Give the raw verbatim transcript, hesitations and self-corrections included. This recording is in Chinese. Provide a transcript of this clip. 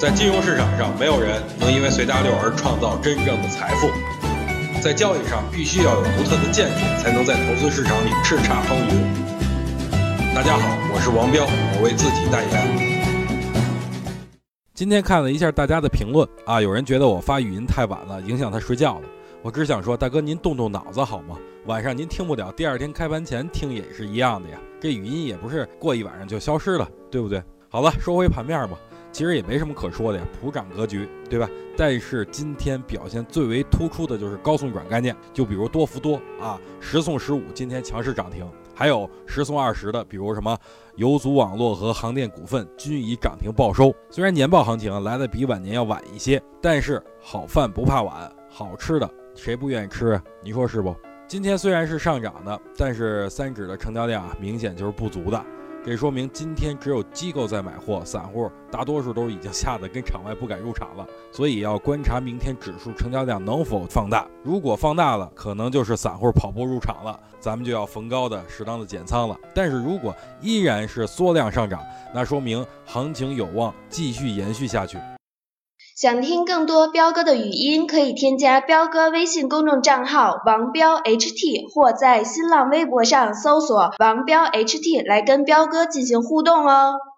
在金融市场上，没有人能因为随大流而创造真正的财富。在交易上，必须要有独特的见解，才能在投资市场里叱咤风云。大家好，我是王彪，我为自己代言。 今天看了一下大家的评论啊，有人觉得我发语音太晚了，影响他睡觉了。我只想说，大哥您动动脑子好吗？晚上您听不了，第二天开盘前听也是一样的呀。这语音也不是过一晚上就消失了，对不对？好了，说回盘面吧，其实也没什么可说的呀，普涨格局，对吧？但是今天表现最为突出的就是高送转概念，就比如多福多啊，十送十五，今天强势涨停，还有十送二十的，比如什么游族网络和航电股份均以涨停报收。虽然年报行情来的比往年要晚一些，但是好饭不怕晚，好吃的谁不愿意吃啊？你说是不？今天虽然是上涨的，但是三指的成交量啊，明显就是不足的。这说明今天只有机构在买货，散户大多数都已经吓得跟场外不敢入场了，所以要观察明天指数成交量能否放大。如果放大了，可能就是散户跑步入场了，咱们就要逢高的适当的减仓了。但是如果依然是缩量上涨，那说明行情有望继续延续下去。 想听更多彪哥的语音，可以添加彪哥微信公众账号王彪 H T， 或在新浪微博上搜索王彪 H T 来跟彪哥进行互动哦。